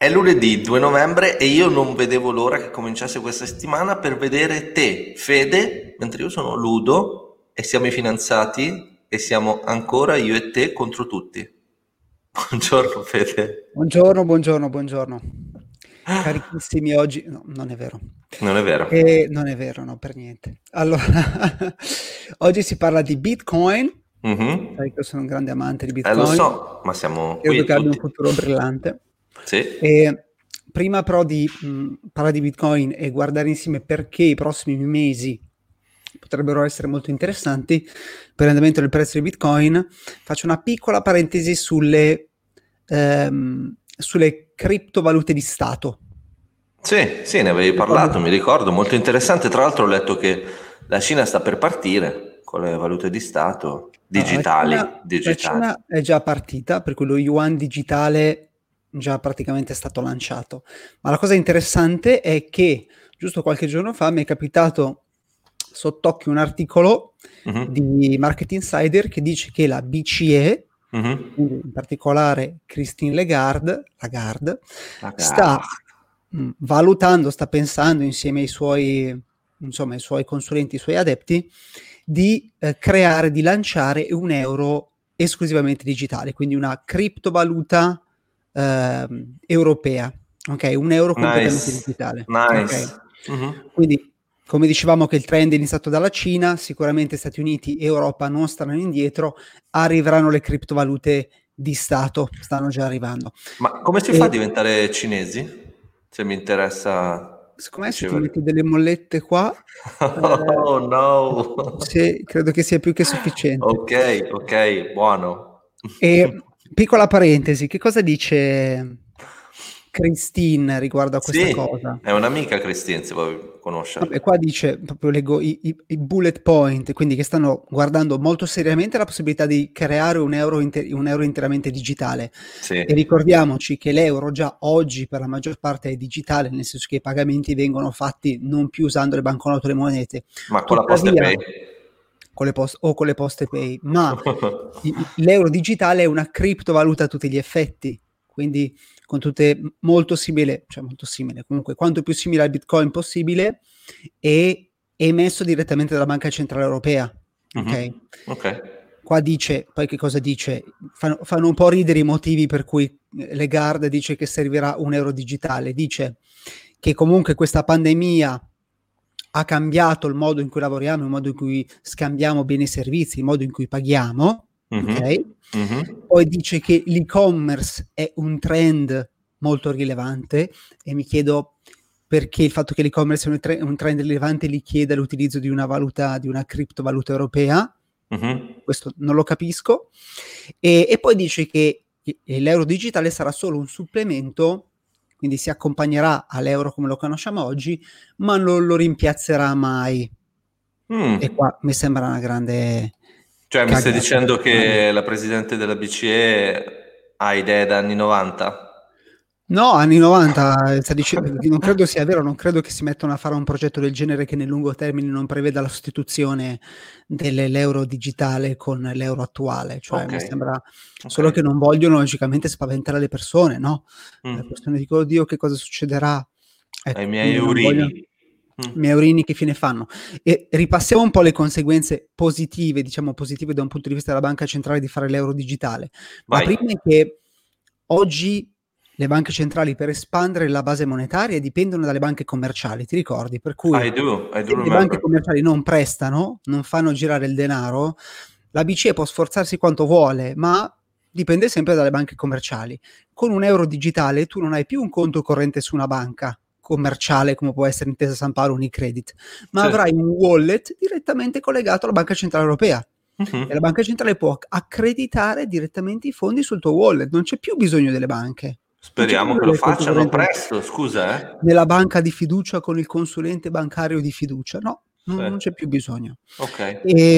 È lunedì 2 novembre e io non vedevo l'ora che cominciasse questa settimana per vedere te, Fede, mentre io sono Ludo e siamo i fidanzati e siamo ancora io e te contro tutti. Buongiorno Fede. Buongiorno. Carichissimi oggi. No, non è vero. Non è vero. Non è vero, no, per niente. Allora, oggi si parla di Bitcoin. Mhm. Sai che io sono un grande amante di Lo Bitcoin. so, ma siamo Credo qui che abbia un tutti. futuro brillante. Sì. E prima però di parlare di Bitcoin e guardare insieme perché i prossimi mesi potrebbero essere molto interessanti per l'andamento del prezzo di Bitcoin, faccio una piccola parentesi sulle criptovalute di Stato. Sì, ne avevi parlato, mi ricordo, molto interessante. Tra l'altro ho letto che la Cina sta per partire con le valute di Stato digitali. La Cina è già partita, per cui lo yuan digitale già praticamente è stato lanciato. Ma la cosa interessante è che giusto qualche giorno fa mi è capitato sott'occhio un articolo di Market Insider che dice che la BCE, quindi in particolare Christine Lagarde sta valutando, sta pensando insieme ai suoi consulenti, i suoi adepti, di creare, di lanciare un euro esclusivamente digitale, quindi una criptovaluta europea, ok? Un euro completamente digitale. Nice. Okay? Quindi, come dicevamo che il trend è iniziato dalla Cina, sicuramente Stati Uniti e Europa non staranno indietro, arriveranno le criptovalute di Stato, stanno già arrivando. Ma come si fa a diventare cinesi? Se mi interessa Secondo me se ti ricevere. metti delle mollette qua, Oh no! sì, credo che sia più che sufficiente. Ok, buono. E piccola parentesi, che cosa dice Christine riguardo a questa Sì, cosa? è un'amica Christine, se vuoi conoscerla. Vabbè, qua dice, proprio leggo i bullet point, quindi che stanno guardando molto seriamente la possibilità di creare un euro interamente digitale. Sì. E ricordiamoci che l'euro già oggi per la maggior parte è digitale, nel senso che i pagamenti vengono fatti non più usando le banconote o le monete. Ma con la Tuttavia, Postepay? con le poste pay, ma l'euro digitale è una criptovaluta a tutti gli effetti, quindi con tutte molto simile, comunque quanto più simile al Bitcoin possibile, e emesso direttamente dalla Banca Centrale Europea. Ok. Qua dice, poi che cosa dice? Fanno un po' ridere i motivi per cui Lagarde dice che servirà un euro digitale. Dice che comunque questa pandemia ha cambiato il modo in cui lavoriamo, il modo in cui scambiamo beni e servizi, il modo in cui paghiamo. Ok? Poi dice che l'e-commerce è un trend molto rilevante e mi chiedo perché il fatto che l'e-commerce è un trend rilevante gli chieda l'utilizzo di una criptovaluta europea. Questo non lo capisco. E poi dice che l'euro digitale sarà solo un supplemento, quindi si accompagnerà all'euro come lo conosciamo oggi, ma non lo rimpiazzerà mai. E qua mi sembra una grande Cioè, mi stai cagata. dicendo che la presidente della BCE ha idee da anni 90? No, anni 90, non credo sia vero, non credo che si mettano a fare un progetto del genere che nel lungo termine non preveda la sostituzione dell'euro digitale con l'euro attuale, cioè mi sembra solo che non vogliono logicamente spaventare le persone, no? La questione di oddio che cosa succederà, Ai ecco, miei quindi non vogliono miei eurini che fine fanno. E ripassiamo un po' le conseguenze positive, diciamo positive da un punto di vista della banca centrale di fare l'euro digitale. La prima è che oggi le banche centrali per espandere la base monetaria dipendono dalle banche commerciali, ti ricordi? Per cui se le banche commerciali non prestano, non fanno girare il denaro, la BCE può sforzarsi quanto vuole, ma dipende sempre dalle banche commerciali. Con un euro digitale tu non hai più un conto corrente su una banca commerciale come può essere Intesa San Paolo o Unicredit, ma avrai un wallet direttamente collegato alla Banca Centrale Europea. E la Banca Centrale può accreditare direttamente i fondi sul tuo wallet, non c'è più bisogno delle banche. Speriamo che lo facciano presto, scusa. Nella banca di fiducia con il consulente bancario di fiducia, no, non c'è più bisogno. Ok.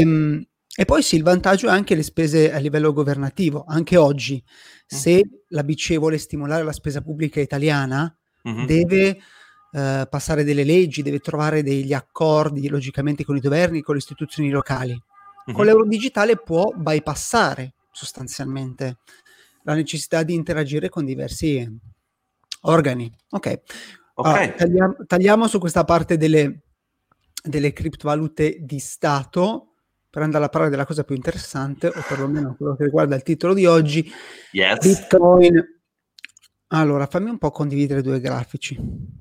E poi sì, il vantaggio è anche le spese a livello governativo. Anche oggi, se la BCE vuole stimolare la spesa pubblica italiana, deve passare delle leggi, deve trovare degli accordi, logicamente con i governi, con le istituzioni locali. Con l'euro digitale può bypassare sostanzialmente la necessità di interagire con diversi Organi, ok. Ok. Tagliamo su questa parte delle criptovalute di Stato per andare a parlare della cosa più interessante, o perlomeno quello che riguarda il titolo di oggi, Yes. Bitcoin. Allora, fammi un po' condividere due grafici.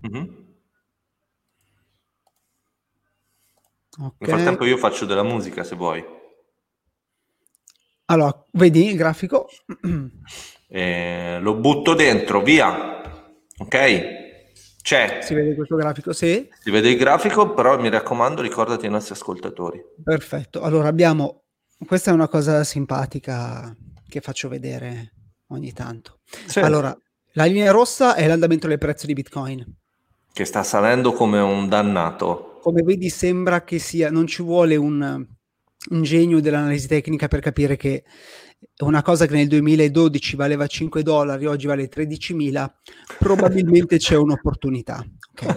Ok. Nel frattempo io faccio della musica, se vuoi. Allora, vedi il grafico? Lo butto dentro, via. Ok? C'è. Si vede questo grafico? Sì. Si vede il grafico, però mi raccomando, ricordati ai nostri ascoltatori. Perfetto. Allora, questa è una cosa simpatica che faccio vedere ogni tanto. Sì. Allora, la linea rossa è l'andamento del prezzo di Bitcoin. Che sta salendo come un dannato. Come vedi, sembra che non ci vuole un genio dell'analisi tecnica per capire che una cosa che nel 2012 valeva $5, oggi vale 13.000, probabilmente c'è un'opportunità. Okay.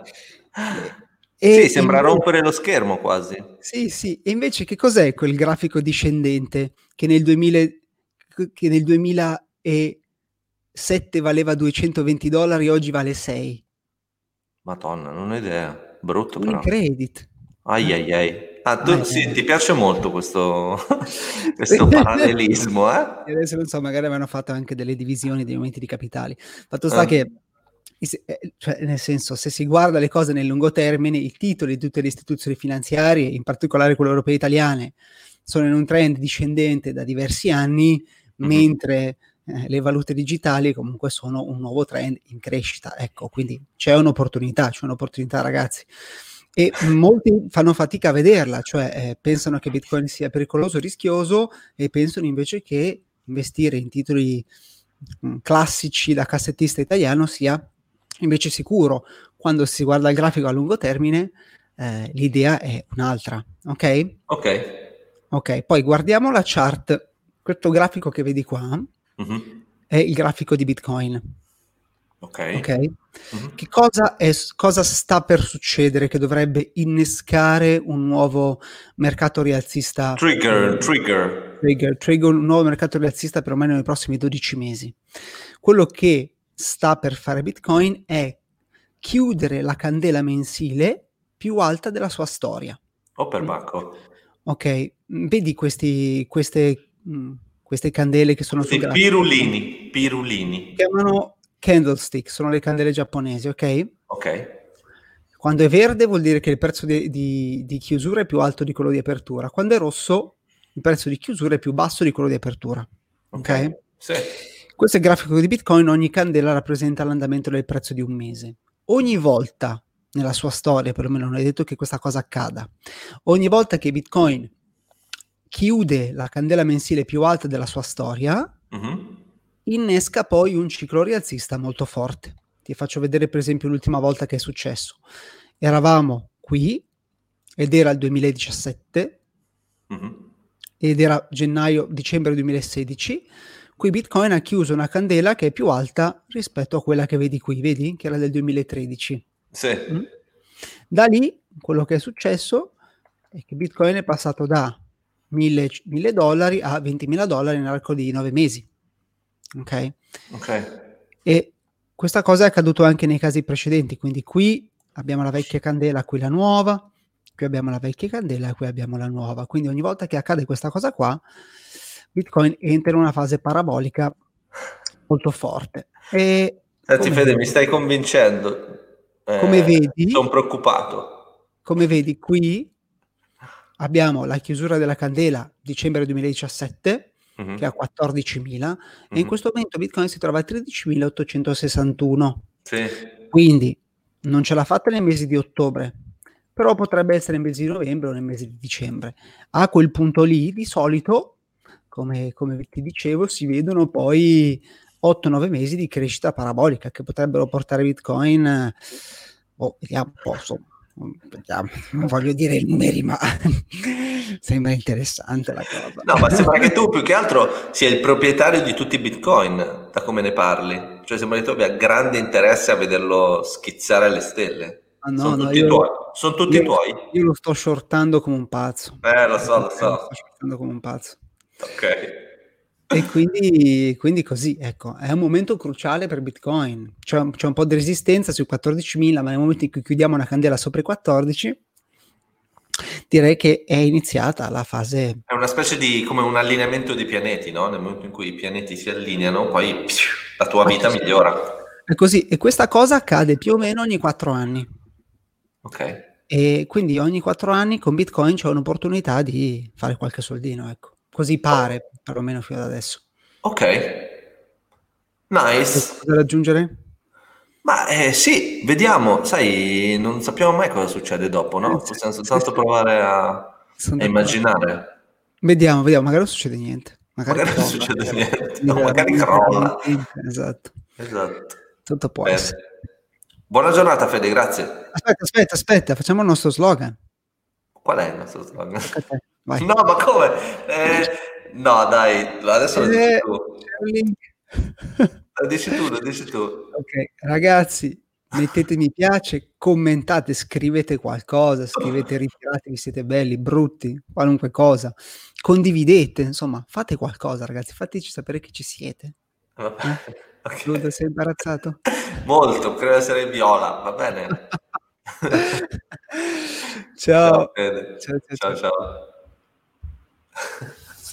Sì, sembra rompere lo schermo quasi. Sì. E invece che cos'è quel grafico discendente che nel 2007 valeva $220 e oggi vale 6? Madonna, non ho idea. Brutto però. Unicredit. Ai. Ah, sì, ti piace molto questo parallelismo, eh? E adesso non so, magari avevano fatto anche delle divisioni dei momenti di capitali. Fatto sta che, cioè, nel senso, se si guarda le cose nel lungo termine, i titoli di tutte le istituzioni finanziarie, in particolare quelle europee e italiane, sono in un trend discendente da diversi anni, mentre le valute digitali comunque sono un nuovo trend in crescita. Ecco, quindi c'è un'opportunità, ragazzi. E molti fanno fatica a vederla, cioè pensano che Bitcoin sia pericoloso, rischioso, e pensano invece che investire in titoli classici da cassettista italiano sia invece sicuro. Quando si guarda il grafico a lungo termine, l'idea è un'altra, ok? Ok, poi guardiamo la chart. Questo grafico che vedi qua è il grafico di Bitcoin. Ok? Che cosa sta per succedere che dovrebbe innescare un nuovo mercato rialzista? Trigger, un nuovo mercato rialzista perlomeno nei prossimi 12 mesi. Quello che sta per fare Bitcoin è chiudere la candela mensile più alta della sua storia. Oh, per bacco. Ok, vedi queste candele che sono sul grafico? Pirulini. Chiamano candlestick, sono le candele giapponesi, ok? Ok. Quando è verde vuol dire che il prezzo di chiusura è più alto di quello di apertura. Quando è rosso, il prezzo di chiusura è più basso di quello di apertura. Ok? Sì. Questo è il grafico di Bitcoin. Ogni candela rappresenta l'andamento del prezzo di un mese. Ogni volta nella sua storia, perlomeno non è detto che questa cosa accada, ogni volta che Bitcoin chiude la candela mensile più alta della sua storia, innesca poi un ciclo rialzista molto forte. Ti faccio vedere per esempio l'ultima volta che è successo. Eravamo qui ed era il 2017 ed era dicembre 2016. Qui Bitcoin ha chiuso una candela che è più alta rispetto a quella che vedi qui, vedi? Che era del 2013. Sì. Da lì quello che è successo è che Bitcoin è passato da $1.000 a $20.000 nell'arco di 9 mesi. Ok. E questa cosa è accaduto anche nei casi precedenti, quindi qui abbiamo la vecchia candela, qui la nuova, qui abbiamo la vecchia candela e qui abbiamo la nuova. Quindi ogni volta che accade questa cosa qua, Bitcoin entra in una fase parabolica molto forte. E senti Fede, mi stai convincendo. Come vedi, sono preoccupato. Come vedi qui abbiamo la chiusura della candela dicembre 2017 che è a 14.000 e in questo momento Bitcoin si trova a 13.861. Sì. Quindi non ce l'ha fatta nel mese di ottobre, però potrebbe essere nel mese di novembre o nel mese di dicembre. A quel punto lì di solito, come ti dicevo, si vedono poi 8-9 mesi di crescita parabolica che potrebbero portare Bitcoin vediamo un po', vediamo, non voglio dire i numeri, ma sembra interessante la cosa. No, ma sembra che tu più che altro sia il proprietario di tutti i Bitcoin, da come ne parli. Cioè sembra che tu abbia grande interesse a vederlo schizzare alle stelle. Sono tutti tuoi. Io lo sto shortando come un pazzo. Lo so. Lo sto shortando come un pazzo. Ok. E quindi così, ecco, è un momento cruciale per Bitcoin. C'è un po' di resistenza sui 14.000, ma nel momento in cui chiudiamo una candela sopra i 14, direi che è iniziata la fase. È una specie di come un allineamento dei pianeti, no? Nel momento in cui i pianeti si allineano, poi la tua vita migliora. È così, e questa cosa accade più o meno ogni 4 anni. Ok. E quindi ogni 4 anni con Bitcoin c'è un'opportunità di fare qualche soldino, ecco. Così pare, perlomeno fino ad adesso. Ok. Hai Nice. qualcosa da aggiungere? Ma sì, vediamo, sai, non sappiamo mai cosa succede dopo, no? Possiamo soltanto provare a Sono d'accordo. immaginare. Vediamo, magari non succede niente. Magari Magari non crolla, succede niente, quindi magari veramente crolla. esatto. Esatto. Tutto può Bene. essere. Buona giornata, Fede, grazie. Aspetta, facciamo il nostro slogan. Qual è il nostro slogan? Tocca a te, vai. No, ma come? No, dai, adesso lo dici tu. C'è un link. Lo dici tu. Ok, ragazzi, mettete mi piace, commentate, scrivete qualcosa, scrivete ritiratevi, siete belli, brutti, qualunque cosa. Condividete, insomma, fate qualcosa, ragazzi, fateci sapere che ci siete. Ok. Ludo, sei imbarazzato? Molto, credo essere viola, va bene? Ciao. Fede. Ciao. Ciao.